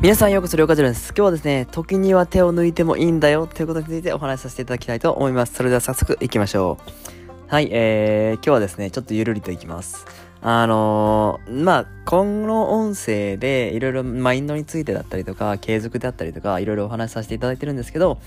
皆さんようこそりょうかじろです。今日はですね、時には手を抜いてもいいんだよということについてお話しさせていただきたいと思います。それでは早速いきましょう。はい、今日はですね、ちょっとゆるりといきます。この音声でいろいろマインドについてだったりとか、継続であったりとか、いろいろお話しさせていただいてるんですけど、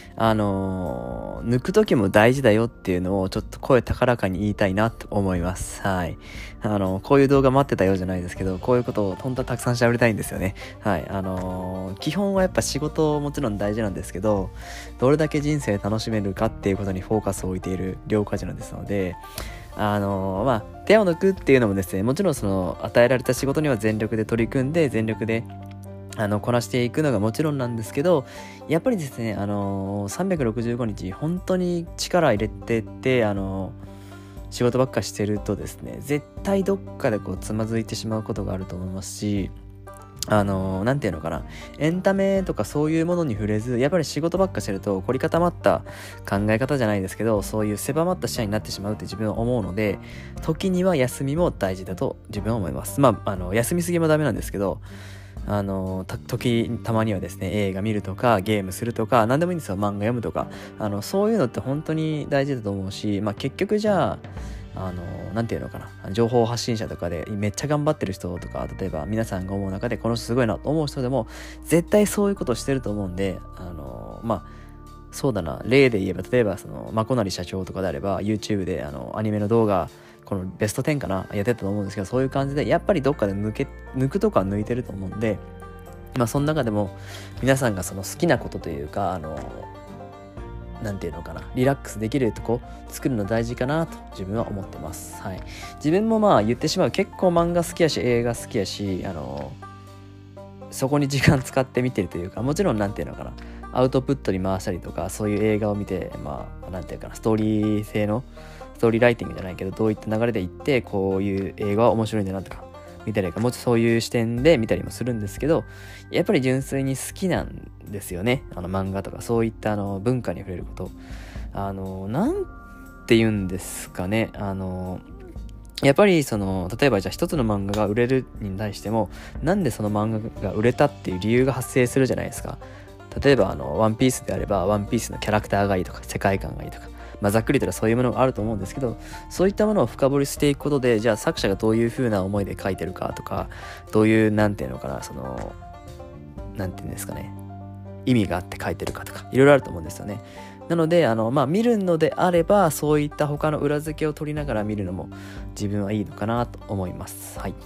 抜く時も大事だよっていうのをちょっと声高らかに言いたいなと思います。はい。こういう動画待ってたようじゃないですけど、こういうことを本当はたくさん喋りたいんですよね。はい。基本はやっぱ仕事もちろん大事なんですけど、どれだけ人生楽しめるかっていうことにフォーカスを置いている両家事なんですので、手を抜くっていうのもですね、もちろんその与えられた仕事には全力で取り組んで、全力でこなしていくのがもちろんなんですけど、やっぱりですね、365日本当に力入れてって仕事ばっかしてるとですね、絶対どっかでこうつまずいてしまうことがあると思いますし、なんていうのかな、エンタメとかそういうものに触れず、やっぱり仕事ばっかしてると凝り固まった考え方じゃないですけど、そういう狭まった視野になってしまうって自分は思うので、時には休みも大事だと自分は思います。休みすぎもダメなんですけど、たまにはですね、映画見るとかゲームするとか何でもいいんですよ。漫画読むとかそういうのって本当に大事だと思うし、結局じゃあなんていうのかな、情報発信者とかでめっちゃ頑張ってる人とか、例えば皆さんが思う中でこの人すごいなと思う人でも絶対そういうことをしてると思うんで、そうだな、例で言えば、例えばそのまこなり社長とかであれば YouTube でアニメの動画、このベスト10かなやってたと思うんですけど、そういう感じでやっぱりどっかで抜くとか抜いてると思うんで、その中でも皆さんがその好きなことというかなんていうのかな、リラックスできるとこ作るの大事かなと自分は思ってます。はい。自分も言ってしまう、結構漫画好きやし映画好きやしそこに時間使って見てるというか、もちろんなんていうのかな、アウトプットに回したりとか、そういう映画を見てなんていうかな、ストーリーライティングじゃないけど、どういった流れでいってこういう映画は面白いんだなとか見たりとか、もちろんそういう視点で見たりもするんですけど、やっぱり純粋に好きなんですよね。漫画とかそういった文化に触れること、なんて言うんですかね、やっぱり例えばじゃあ一つの漫画が売れるに対しても、なんでその漫画が売れたっていう理由が発生するじゃないですか。例えばワンピースであれば、ワンピースのキャラクターがいいとか世界観がいいとか、ざっくりとはそういうものがあると思うんですけど、そういったものを深掘りしていくことで、じゃあ作者がどういう風な思いで書いてるかとか、どういうなんていうのかな、なんていうんですかね、意味があって書いてるかとか、いろいろあると思うんですよね。なので見るのであれば、そういった他の裏付けを取りながら見るのも自分はいいのかなと思います。はい。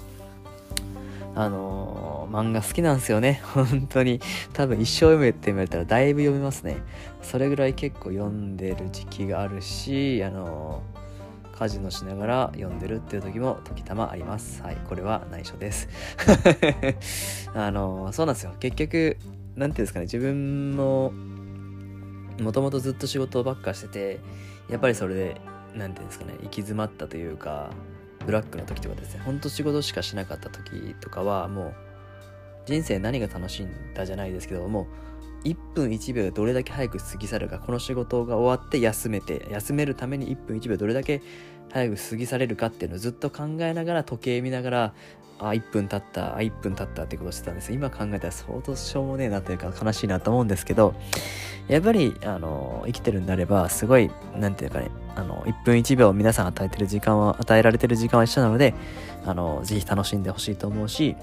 漫画好きなんですよね。本当に多分一生読めって言われたらだいぶ読めますね。それぐらい結構読んでる時期があるし、家事のしながら読んでるっていう時も時たまあります。はい、これは内緒です。そうなんですよ。結局なんていうんですかね、自分ももともとずっと仕事ばっかしてて、やっぱりそれでなんていうんですかね、行き詰まったというか、ブラックの時とかですね、ほんと仕事しかしなかった時とかは、もう人生何が楽しいんだじゃないですけど、もう1分1秒どれだけ早く過ぎ去るか、この仕事が終わって休めるために1分1秒どれだけ早く過ぎ去れるかっていうのをずっと考えながら、時計見ながら、1分経ったってことをしてたんです。今考えたら相当しょうもねえなというか悲しいなと思うんですけど、やっぱり生きてるんであれば、すごいなんていうかね、1分1秒皆さん与えられてる時間は一緒なので、ぜひ楽しんでほしいと思うし、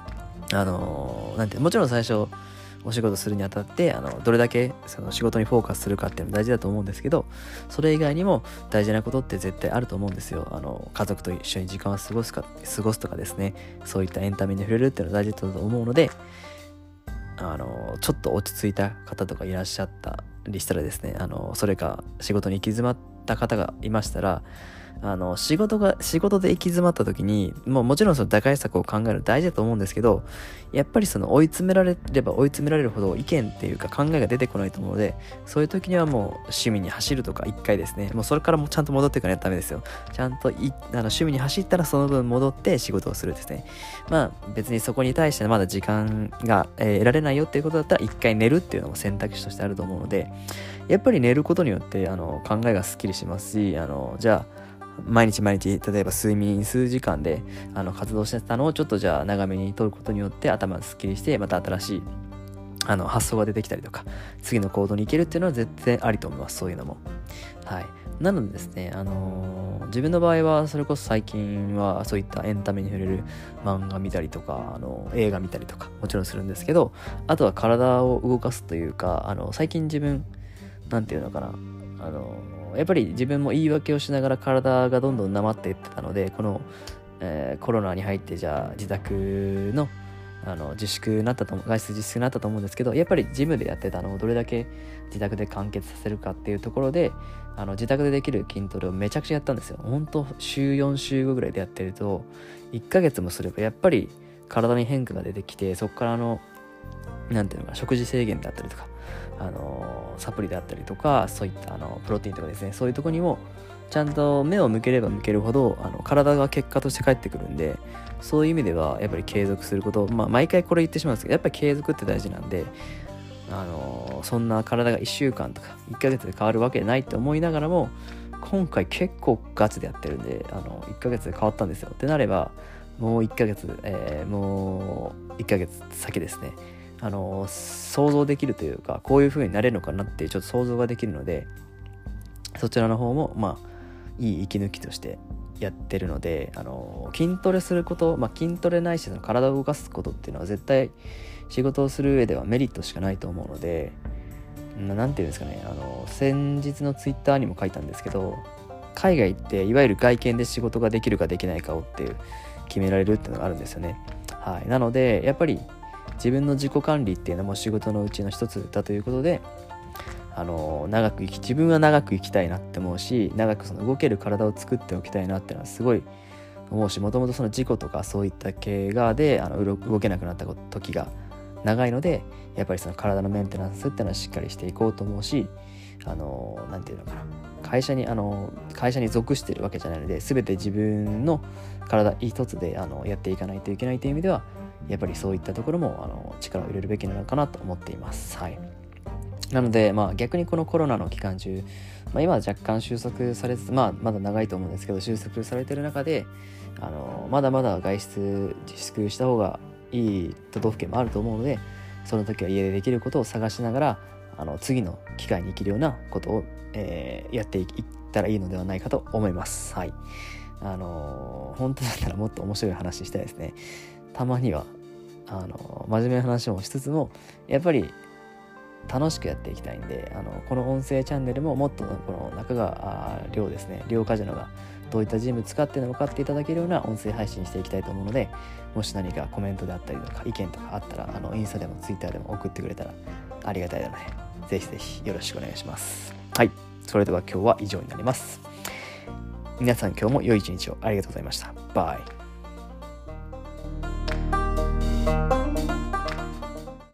もちろん最初お仕事するにあたってどれだけその仕事にフォーカスするかっていうの大事だと思うんですけど、それ以外にも大事なことって絶対あると思うんですよ。家族と一緒に時間を過ごすとかですね、そういったエンタメに触れるっていうのは大事だと思うので、ちょっと落ち着いた方とかいらっしゃったりしたらですね、それか仕事に行き詰まった方がいましたら、仕事で行き詰まった時にもちろんその打開策を考えるの大事だと思うんですけど、やっぱり追い詰められれば追い詰められるほど意見っていうか考えが出てこないと思うので、そういう時にはもう趣味に走るとか、一回ですね、もうそれからもちゃんと戻っていかないとダメですよ。ちゃんと趣味に走ったらその分戻って仕事をするですね。別にそこに対してまだ時間が、得られないよっていうことだったら、一回寝るっていうのも選択肢としてあると思うので、やっぱり寝ることによって考えがすっきりしますし、じゃあ毎日例えば睡眠数時間で活動してたのをちょっとじゃあ長めに取ることによって頭がすっきりして、また新しい発想が出てきたりとか、次の行動に行けるっていうのは絶対ありと思います。そういうのも。はい。なのでですね、自分の場合はそれこそ最近はそういったエンタメに触れる漫画見たりとか、映画見たりとかもちろんするんですけど、あとは体を動かすというか、最近自分なんていうのかな、やっぱり自分も言い訳をしながら体がどんどんなまっていってたので、この、コロナに入ってじゃあ自宅の外出自粛になったと思うんですけど、やっぱりジムでやってたのをどれだけ自宅で完結させるかっていうところで、自宅でできる筋トレをめちゃくちゃやったんですよ。ほんと週4週5ぐらいでやってると1ヶ月もすればやっぱり体に変化が出てきて、そこからなんていうのか、食事制限だったりとか、サプリであったりとか、そういったプロテインとかですね、そういうところにもちゃんと目を向ければ向けるほど体が結果として返ってくるんで、そういう意味ではやっぱり継続すること、毎回これ言ってしまうんですけど、やっぱり継続って大事なんで、そんな体が1週間とか1ヶ月で変わるわけないって思いながらも、今回結構ガチでやってるんで、1ヶ月で変わったんですよってなれば、もう1ヶ月、もう1ヶ月先ですね、想像できるというか、こういう風になれるのかなっていうちょっと想像ができるので、そちらの方もいい息抜きとしてやってるので、筋トレすること、筋トレないし体を動かすことっていうのは絶対仕事をする上ではメリットしかないと思うので、なんていうんですかね、先日のツイッターにも書いたんですけど、海外っていわゆる外見で仕事ができるかできないかをっていう決められるっていうのがあるんですよね。はい。なのでやっぱり自分の自己管理っていうのも仕事のうちの一つだということで、自分は長く生きたいなって思うし、長くその動ける体を作っておきたいなっていうのはすごい思うし、もともとその事故とかそういった怪我で動けなくなった時が長いので、やっぱりその体のメンテナンスっていうのはしっかりしていこうと思うし、なんていうのかな、会社に属しているわけじゃないので、全て自分の体一つでやっていかないといけないという意味では、やっぱりそういったところも力を入れるべきなのかなと思っています。はい。なので逆にこのコロナの期間中、今は若干収束されつつ、まだ長いと思うんですけど、収束されてる中でまだまだ外出自粛した方がいい都道府県もあると思うので、その時は家でできることを探しながら次の機会に生きるようなことを、やっていったらいいのではないかと思います。はい。本当だったらもっと面白い話したいですね。たまには真面目な話もしつつも、やっぱり楽しくやっていきたいんで、この音声チャンネルももっとこの中川亮ですね、亮カジノがどういった人物かっていうのを分かっていただけるような音声配信していきたいと思うので、もし何かコメントであったりとか意見とかあったらインスタでもツイッターでも送ってくれたらありがたいので、ぜひぜひよろしくお願いします。はい、それでは今日は以上になります。皆さん今日も良い一日をありがとうございました。バイ。